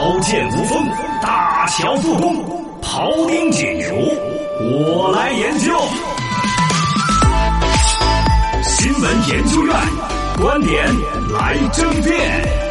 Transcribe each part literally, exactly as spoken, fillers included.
刀剑无锋，大乔复工，庖丁解牛，我来研究。新闻研究院观点来争辩。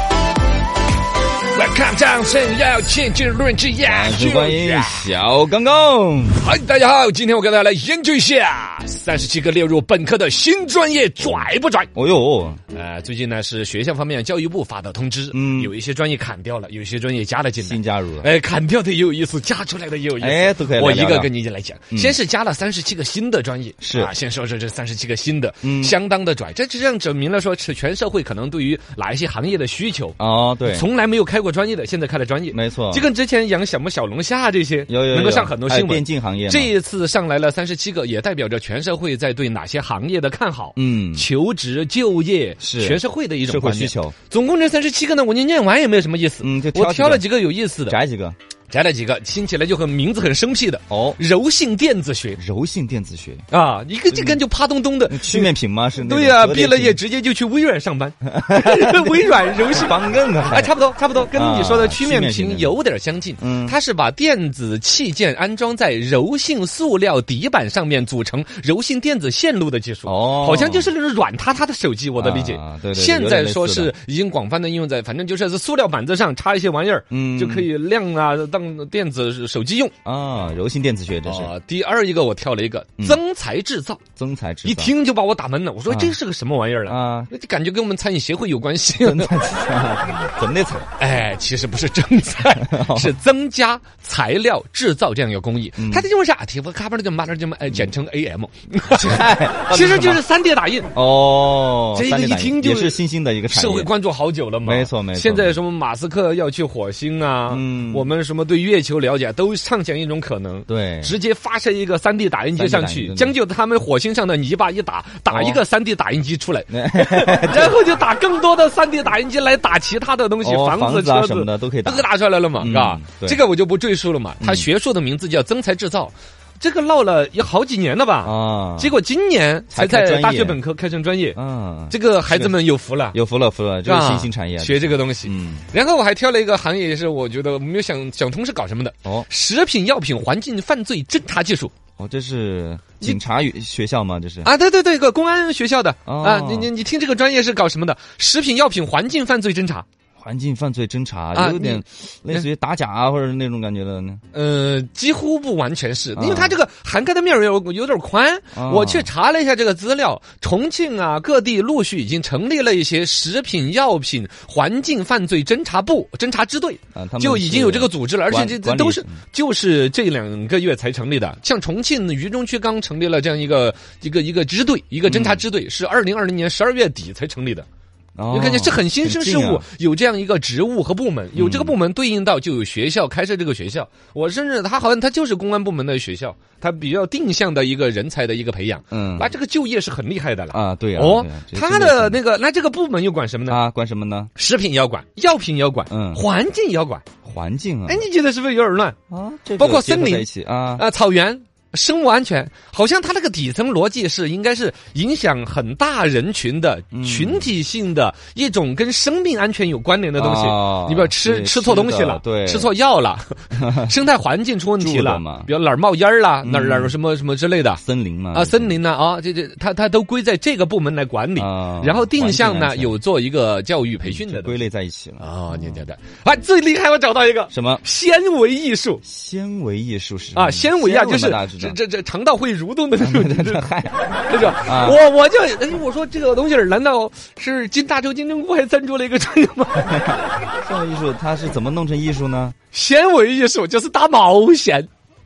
Welcome， 掌声要请进论之研究欢迎小刚刚。 嗨，大家好，今天我跟大家来研究一下三十七个列入本科的新专业拽不拽？ 哦哟， 呃，最近呢是学校方面教育部发的通知，嗯，有一些专业砍掉了，有一些专业加了进来， 新加入了。 哎，砍掉的也有意思，加出来的也有意思， 哎，都可以来聊聊。 我一个跟你来讲，嗯、先是加了三十七个新的专业， 是啊，先说说这三十七个新的， 嗯， 相当的拽，这实际上证明了说，是全社会可能对于哪一些行业的需求哦，对， 从来没有开过专业的，现在开了专业， 没错， 就跟之前养什么小龙虾这些， 有有有能够上很多新闻， 电竞行业， 这一次上来了三十七个，也代表着全社会在对哪些行业的看好， 嗯， 求职就业是全社会的一种社会需求。 总共这三十七个呢，我念念完也没有什么意思， 嗯，就我挑了几个有意思的， 摘几个。 摘了几个听起来就很名字很生僻的哦， 柔性电子学， 柔性电子学啊，一个这个就啪咚咚的曲面屏吗？是那对呀、啊，毕了业直接就去微软上班，微软柔性方更啊， 哎，差不多差不多，跟你说的曲面啊、 屏有点相近。 嗯， 它是把电子器件安装在柔性塑料底板上面，组成柔性电子线路的技术。 哦， 好像就是那种软塌塌的手机，我的理解。 啊、对对对， 现在说是已经广泛的应用在，反正就是塑料板子上插一些玩意儿，嗯，就可以亮啊，当电子。手机用啊，柔性电子学这是、 啊。第二一个我挑了一个、嗯、增材制造， 增材制造一听就把我打懵了。我说、啊、这是个什么玩意儿了啊？感觉跟我们餐饮协会有关系。 增材制造，怎么的材？ 哎，其实不是增材，是增加材料制造这样一个工艺。嗯、它的英文是 active carbon material， 哎，简称 A M， 其实就是三 D 打印。 哦， 这个一听就也是新兴的一个产业， 社会关注好久了嘛。 没错没错。 现在什么马斯克要去火星啊，嗯，我们什么对月球了解。都畅想一种可能， 对， 直接发射一个三 D 打印机上去，将就他们火星上的泥巴一打，打一个三 D 打印机出来，哦、然后就打更多的三 D 打印机来打其他的东西， 哦、 房子、 车子什么的都可以打， 都给打出来了嘛，是吧、 嗯？ 这个我就不赘述了嘛。它学术的名字叫增材制造。这个闹了有好几年了吧？啊，结果今年才在大学本科开成专业。啊，这个孩子们有福了， 有福了，福了，这是新兴产业， 学这个东西。嗯，然后我还挑了一个行业，也是我觉得没有想想通是搞什么的。哦，食品药品环境犯罪侦查技术。 哦，这是警察学校吗？这是啊，对对对，个公安学校的。哦、啊，你你你听这个专业是搞什么的？食品药品环境犯罪侦查。 环境犯罪侦查、啊、有点类似于打假啊，或者那种感觉的呢。 呃，几乎不完全是，因为它这个涵盖的面有有点宽。啊、我去查了一下这个资料，重庆啊各地陆续已经成立了一些食品药品环境犯罪侦查部、侦查支队，啊、就已经有这个组织了，而且这都是就是这两个月才成立的。像重庆渝中区刚成立了这样一个一个一个支队，一个侦查支队，嗯、是二零二零年十二月底才成立的。你看见是很新生事物，有这样一个职务和部门，有这个部门对应到就有学校开设这个学校。我甚至他好像他就是公安部门的学校，他比较定向的一个人才的一个培养。嗯，那这个就业是很厉害的了啊，对啊。 哦，他的那个那这个部门又管什么呢？ 啊，管什么呢？ 食品要管，药品要管，嗯，环境要管。 环境啊， 哎，你觉得是不是有点乱啊？这包括森林啊啊，草原。生物安全好像它那个底层逻辑是应该是影响很大人群的、嗯、群体性的一种跟生命安全有关联的东西。哦、你比如吃吃错东西了， 对， 吃错药了，生态环境出问题了，比如哪儿冒烟儿啦，哪儿哪儿什么什么之类的， 森林嘛啊，森林呢啊，这这它它都归在这个部门来管理，哦、然后定向呢有做一个教育培训的归类在一起了。 哦，你觉得？啊，最厉害我找到一个什么纤维艺术？ 纤维艺术是啊，纤维啊，就是这这这肠道会蠕动的那种，这种，我我就哎，我说这个东西难道是金大洲金针菇还赞助了一个专业吗？ 纤维艺术它是怎么弄成艺术呢？ 纤维艺术就是打毛线。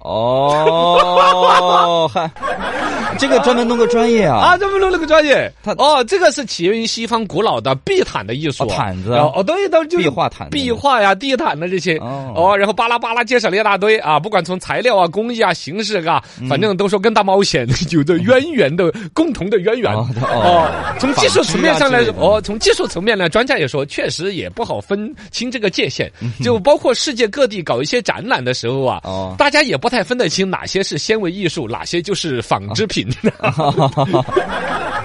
哦，嗨，这个专门弄个专业啊！ 啊，专门弄了个专业。它哦，这个是起源于西方古老的壁毯的艺术， 哦、毯子哦，对，都就是壁画毯、 壁画呀、地毯的这些哦, 哦，然后巴拉巴拉介绍了一大堆啊，不管从材料啊、工艺啊、形式啊，反正都说跟大毛线有着渊源的共同的渊源哦。哦从技术层面上来说，哦，从技术层面呢，专家也说，确实也不好分清这个界限，就包括世界各地搞一些展览的时候啊，哦、大家也不太分得清哪些是纤维艺术，哪些就是纺织品。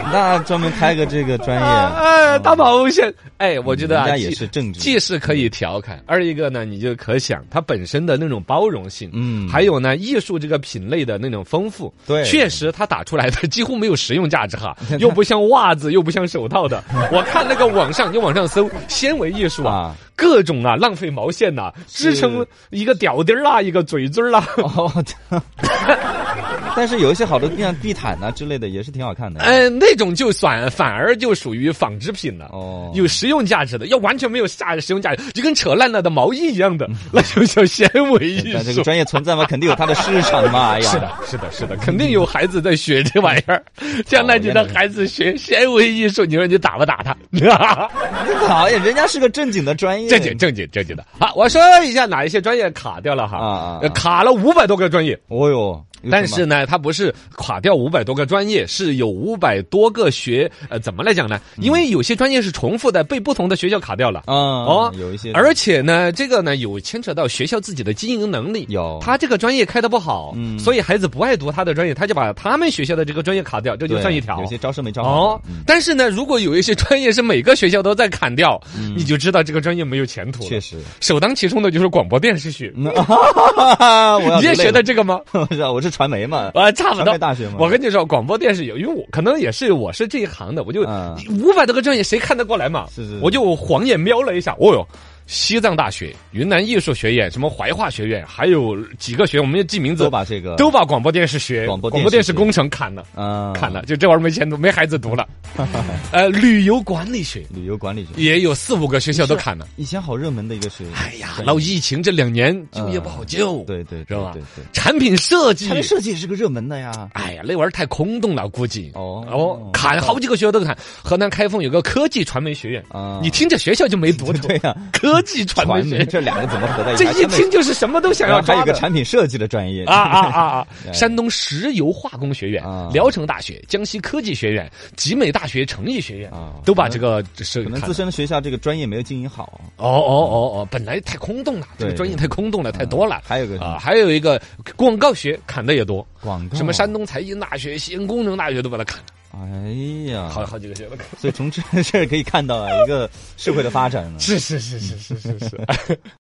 那专门开个这个专业， 哎，大毛线，哎，我觉得啊， 人家也是政治， 既是可以调侃，二一个呢，你就可想它本身的那种包容性，嗯，还有呢，艺术这个品类的那种丰富， 对， 确实它打出来的几乎没有实用价值哈，又不像袜子，又不像手套的。我看那个网上，你网上搜纤维艺术啊。各种啊，浪费毛线呐、啊，支撑一个吊钉儿啦，一个嘴嘴儿啦。哦， 但是有一些好的像地毯呐、啊、之类的，也是挺好看的。 哎，那种就算反而就属于纺织品了。哦，有实用价值的，要完全没有下实用价值，就跟扯烂了的毛衣一样的，那就叫纤维艺术。 但这个专业存在嘛，肯定有它的市场嘛。哎呀， 是的，是的，是的，肯定有孩子在学这玩意儿。将来你的孩子学纤维艺术，你说你打不打他？ 好呀，人家是个正经的专业。 正经正经正经的，好，我说一下哪一些专业卡掉了哈，啊啊卡了五百多个专业， 哦哟， 但是呢，它不是垮掉五百多个专业，是有五百多个学，呃，怎么来讲呢？因为有些专业是重复的，被不同的学校卡掉了， 啊、哦，有一些， 而且呢，这个呢有牵扯到学校自己的经营能力， 有， 他这个专业开的不好，嗯，所以孩子不爱读他的专业，他就把他们学校的这个专业卡掉，这就算一条。 有些招生没招好， 哦，嗯、但是呢，如果有一些专业是每个学校都在砍掉，嗯、你就知道这个专业没有前途了。 确实， 首当其冲的就是广播电视学。 我你也学的这个吗？ 我是传媒嘛， 啊，差不多。 大学嘛。 我跟你说，广播电视有，因为我可能也是我是这一行的，我就五百多个专业，谁看得过来嘛？ 是是。 我就晃眼瞄了一下，哦哟。西藏大学、云南艺术学院、什么怀化学院，还有几个学院，我们要记名字， 都把这个都把广播电视学、 广播广播电视工程砍了，啊，砍了，就这玩意儿没前途，没孩子读了。呃，旅游管理学， 旅游管理学也有四五个学校都砍了。 以前好热门的一个学院。 哎呀，闹疫情这两年就业不好就， 对对， 知道吧？ 对对， 产品设计， 产品设计也是个热门的呀。 哎呀，那玩意儿太空洞了，估计哦哦，砍好几个学校都砍。河南开封有个科技传媒学院啊，你听这学校就没读头， 对呀， 科技传媒学。 这两个怎么合在一起？ 这一听就是什么都想要抓的。 还有一个产品设计的专业啊啊啊啊！山东石油化工学院、聊城大学、江西科技学院、集美大学成艺学院啊，都把这个是可能自身的学校这个专业没有经营好。 哦哦哦哦，本来太空洞了，这个专业太空洞了，太多了。 还有个啊，还有一个广告学砍的也多， 广告什么山东财经大学、西安工程大学都把它砍了。 哎呀， 好好几个学了， 所以从这事儿可以看到啊，一个社会的发展。 是是是是是是是。